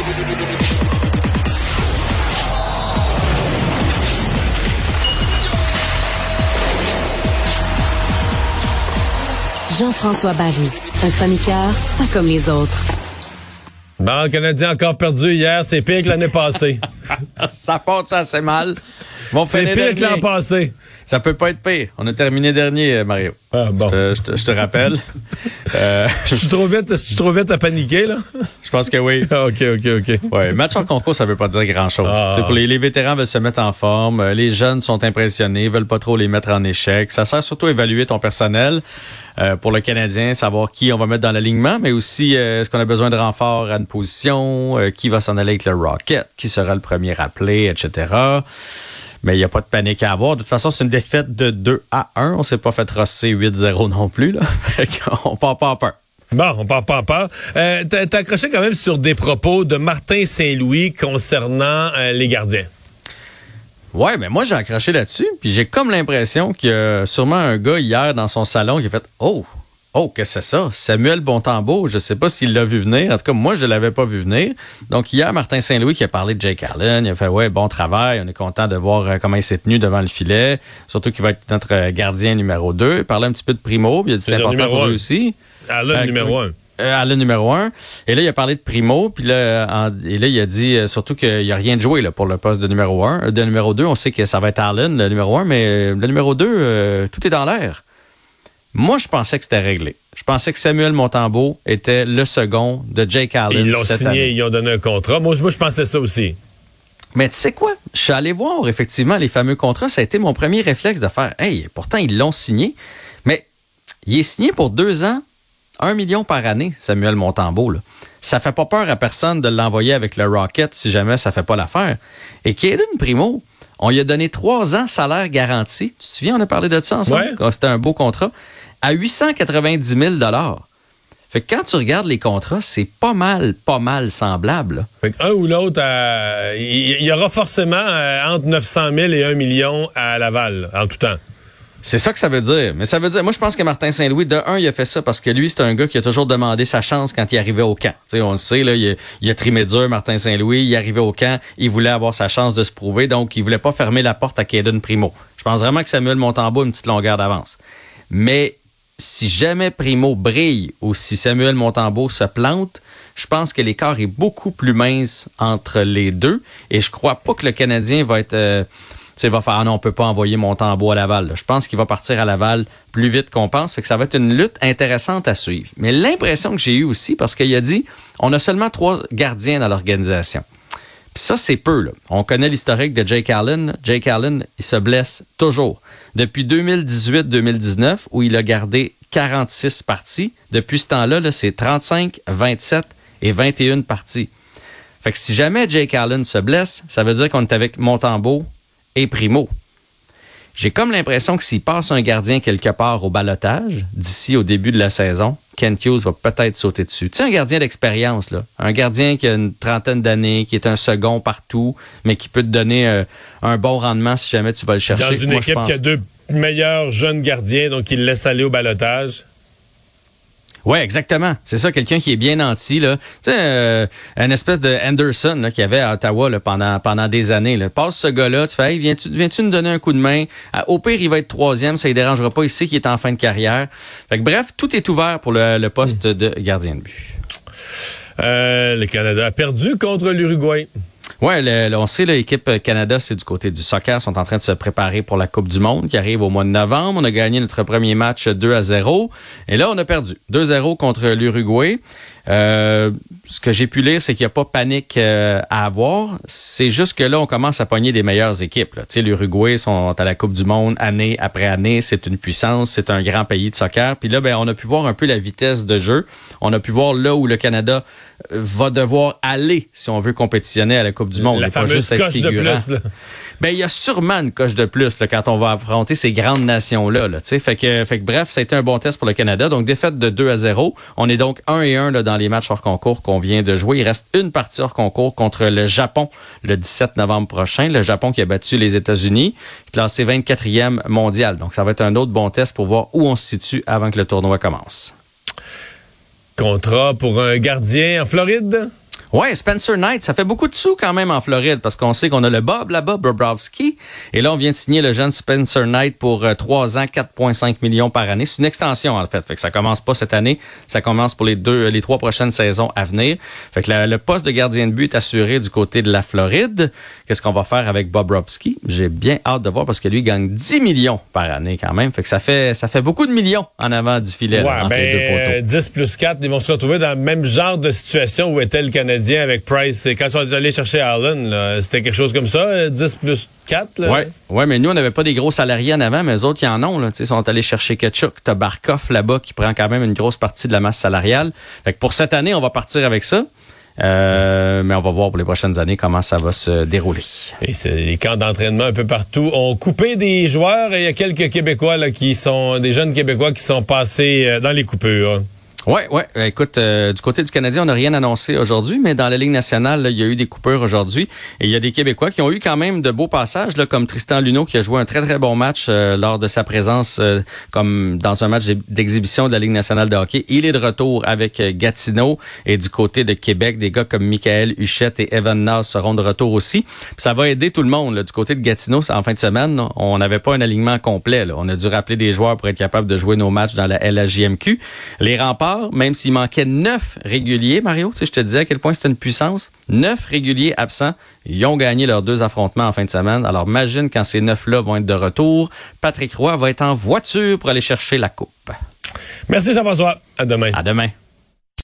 Jean-François Barry, un chroniqueur pas comme les autres. Bon, le Canadien a encore perdu hier. C'est pire que l'année passée. Ça part assez mal. C'est pire que l'an passé. Ça peut pas être pire. On a terminé dernier, Mario. Ah, bon. Je te rappelle. Je suis trop vite à paniquer, là? Je pense que oui. OK. Ouais, match hors concours, ça veut pas dire grand-chose. Pour les vétérans veulent se mettre en forme. Les jeunes sont impressionnés, veulent pas trop les mettre en échec. Ça sert surtout à évaluer ton personnel. Pour le Canadien, savoir qui on va mettre dans l'alignement, mais aussi est-ce qu'on a besoin de renfort à une position, qui va s'en aller avec le Rocket, qui sera le premier appelé, etc. Mais il n'y a pas de panique à avoir. De toute façon, c'est une défaite de 2-1. On s'est pas fait rosser 8-0 non plus, là. On part pas en peur. Bon, on part pas en peur. T'as accroché quand même sur des propos de Martin Saint-Louis concernant les gardiens. Ouais, mais moi, j'ai accroché là-dessus, puis j'ai comme l'impression qu'il y a sûrement un gars hier dans son salon qui a fait « Oh, qu'est-ce que c'est ça? Samuel Montembeault, je sais pas s'il l'a vu venir. En tout cas, moi, je l'avais pas vu venir. » Donc, hier, Martin Saint-Louis qui a parlé de Jake Allen, il a fait « Ouais, bon travail, on est content de voir comment il s'est tenu devant le filet, surtout qu'il va être notre gardien numéro 2. » Il parlait un petit peu de Primo, puis il a dit « C'est important pour lui aussi. » Allen numéro 1. Allen numéro 1. Et là, il a parlé de Primo, puis là, il a dit surtout qu'il n'y a rien de joué là, pour le poste de numéro 1. De numéro 2, on sait que ça va être Allen, le numéro 1, mais le numéro 2, tout est dans l'air. Moi, je pensais que c'était réglé. Je pensais que Samuel Montembeault était le second de Jake Allen. Ils l'ont signé, année. Ils ont donné un contrat. Moi, je pensais ça aussi. Mais tu sais quoi? Je suis allé voir, effectivement, les fameux contrats. Ça a été mon premier réflexe de faire « Hey, pourtant, ils l'ont signé. » Mais il est signé pour 2 ans. 1 million par année, Samuel Montembeault. Là. Ça fait pas peur à personne de l'envoyer avec le Rocket si jamais ça fait pas l'affaire. Et Caden Primo, on lui a donné 3 ans salaire garanti. Tu te souviens, on a parlé de ça ensemble? Ouais. C'était un beau contrat. À 890 000 $. Fait que quand tu regardes les contrats, c'est pas mal semblable. Là. Fait qu'un ou l'autre, il y aura forcément entre 900 000 et 1 million à Laval, en tout temps. C'est ça que ça veut dire. Mais ça veut dire, moi, je pense que Martin Saint-Louis, de un, il a fait ça parce que lui, c'est un gars qui a toujours demandé sa chance quand il arrivait au camp. Tu sais, on le sait, là, il a trimé dur, Martin Saint-Louis. Il arrivait au camp, il voulait avoir sa chance de se prouver, donc il voulait pas fermer la porte à Caden Primo. Je pense vraiment que Samuel Montembeault a une petite longueur d'avance. Mais si jamais Primo brille ou si Samuel Montembeault se plante, je pense que l'écart est beaucoup plus mince entre les deux. Et je crois pas que le Canadien va être... va faire, non, on peut pas envoyer Montembeault à Laval. Là. Je pense qu'il va partir à Laval plus vite qu'on pense. Fait que ça va être une lutte intéressante à suivre. Mais l'impression que j'ai eue aussi, parce qu'il a dit, on a seulement 3 gardiens dans l'organisation. Puis ça, c'est peu. Là. On connaît l'historique de Jake Allen. Jake Allen, il se blesse toujours. Depuis 2018-2019, où il a gardé 46 parties, depuis ce temps-là, là, c'est 35, 27 et 21 parties. Fait que si jamais Jake Allen se blesse, ça veut dire qu'on est avec Montembeault et Primo. J'ai comme l'impression que s'il passe un gardien quelque part au ballottage, d'ici au début de la saison, Kent Hughes va peut-être sauter dessus. Tu sais, un gardien d'expérience, là. Un gardien qui a une 30aine d'années, qui est un second partout, mais qui peut te donner un bon rendement si jamais tu vas le chercher. Dans une équipe qui a 2 meilleurs jeunes gardiens, donc il laisse aller au ballottage. Oui, exactement. C'est ça, quelqu'un qui est bien nanti, là. Tu sais, une espèce de Anderson là, qu'il y avait à Ottawa là, pendant des années. Là. Passe ce gars-là, tu fais, hey, viens-tu nous donner un coup de main? Au pire, il va être 3e, ça ne dérangera pas. Il sait qu'il est en fin de carrière. Fait que, bref, tout est ouvert pour le poste de gardien de but. Le Canada a perdu contre l'Uruguay. Oui, on sait, l'équipe Canada, c'est du côté du soccer, sont en train de se préparer pour la Coupe du Monde qui arrive au mois de novembre. On a gagné notre premier match 2-0 et là, on a perdu 2-0 contre l'Uruguay. Ce que j'ai pu lire, c'est qu'il n'y a pas panique à avoir. C'est juste que là, on commence à pogner des meilleures équipes. Tu sais, l'Uruguay sont à la Coupe du Monde année après année. C'est une puissance, c'est un grand pays de soccer. Puis là, on a pu voir un peu la vitesse de jeu. On a pu voir là où le Canada va devoir aller si on veut compétitionner à la Coupe du Monde. La fameuse coche de plus. Là. Il y a sûrement une coche de plus là, quand on va affronter ces grandes nations-là. Là, fait que bref, ça a été un bon test pour le Canada. Donc, défaite de 2-0. On est donc 1-1 là, dans les matchs hors concours qu'on vient de jouer. Il reste une partie hors concours contre le Japon le 17 novembre prochain. Le Japon qui a battu les États-Unis, classé 24e mondial. Donc, ça va être un autre bon test pour voir où on se situe avant que le tournoi commence. Contrat pour un gardien en Floride? Ouais, Spencer Knight, ça fait beaucoup de sous quand même en Floride parce qu'on sait qu'on a le Bob là-bas, Bobrovsky. Et là, on vient de signer le jeune Spencer Knight pour 3 ans, 4,5 millions par année. C'est une extension en fait. Fait que ça commence pas cette année, ça commence pour les 3 prochaines saisons à venir. Fait que le poste de gardien de but est assuré du côté de la Floride. Qu'est-ce qu'on va faire avec Bobrovsky? J'ai bien hâte de voir parce que lui gagne 10 millions par année quand même. Fait que ça fait beaucoup de millions en avant du filet. Ouais, là, entre les deux poteaux. 10 plus 4, ils vont se retrouver dans le même genre de situation où était le Canadien avec Price. Et quand ils sont allés chercher Allen, là, c'était quelque chose comme ça, 10 plus 4. Là. Ouais, mais nous, on n'avait pas des gros salariés en avant, mais eux autres, ils en ont. Là, ils sont allés chercher Ketchuk. T'as Barkov là-bas qui prend quand même une grosse partie de la masse salariale. Fait que pour cette année, on va partir avec ça. Mais on va voir pour les prochaines années comment ça va se dérouler. Et les camps d'entraînement un peu partout ont coupé des joueurs et il y a quelques Québécois là, des jeunes Québécois qui sont passés dans les coupures. Ouais. Écoute, du côté du Canadien, on n'a rien annoncé aujourd'hui, mais dans la Ligue nationale, là, il y a eu des coupures aujourd'hui. Et il y a des Québécois qui ont eu quand même de beaux passages, là, comme Tristan Luneau qui a joué un très, très bon match lors de sa présence comme dans un match d'exhibition de la Ligue nationale de hockey. Il est de retour avec Gatineau. Et du côté de Québec, des gars comme Michael Huchette et Evan Nass seront de retour aussi. Puis ça va aider tout le monde. Là. Du côté de Gatineau, en fin de semaine, là, on n'avait pas un alignement complet. Là. On a dû rappeler des joueurs pour être capable de jouer nos matchs dans la LHJMQ. Les remparts, même s'il manquait 9 réguliers, Mario, tu sais, je te disais à quel point c'était une puissance. 9 réguliers absents, ils ont gagné leurs 2 affrontements en fin de semaine. Alors, imagine quand ces 9-là vont être de retour. Patrick Roy va être en voiture pour aller chercher la coupe. Merci Jean-François. À demain. À demain.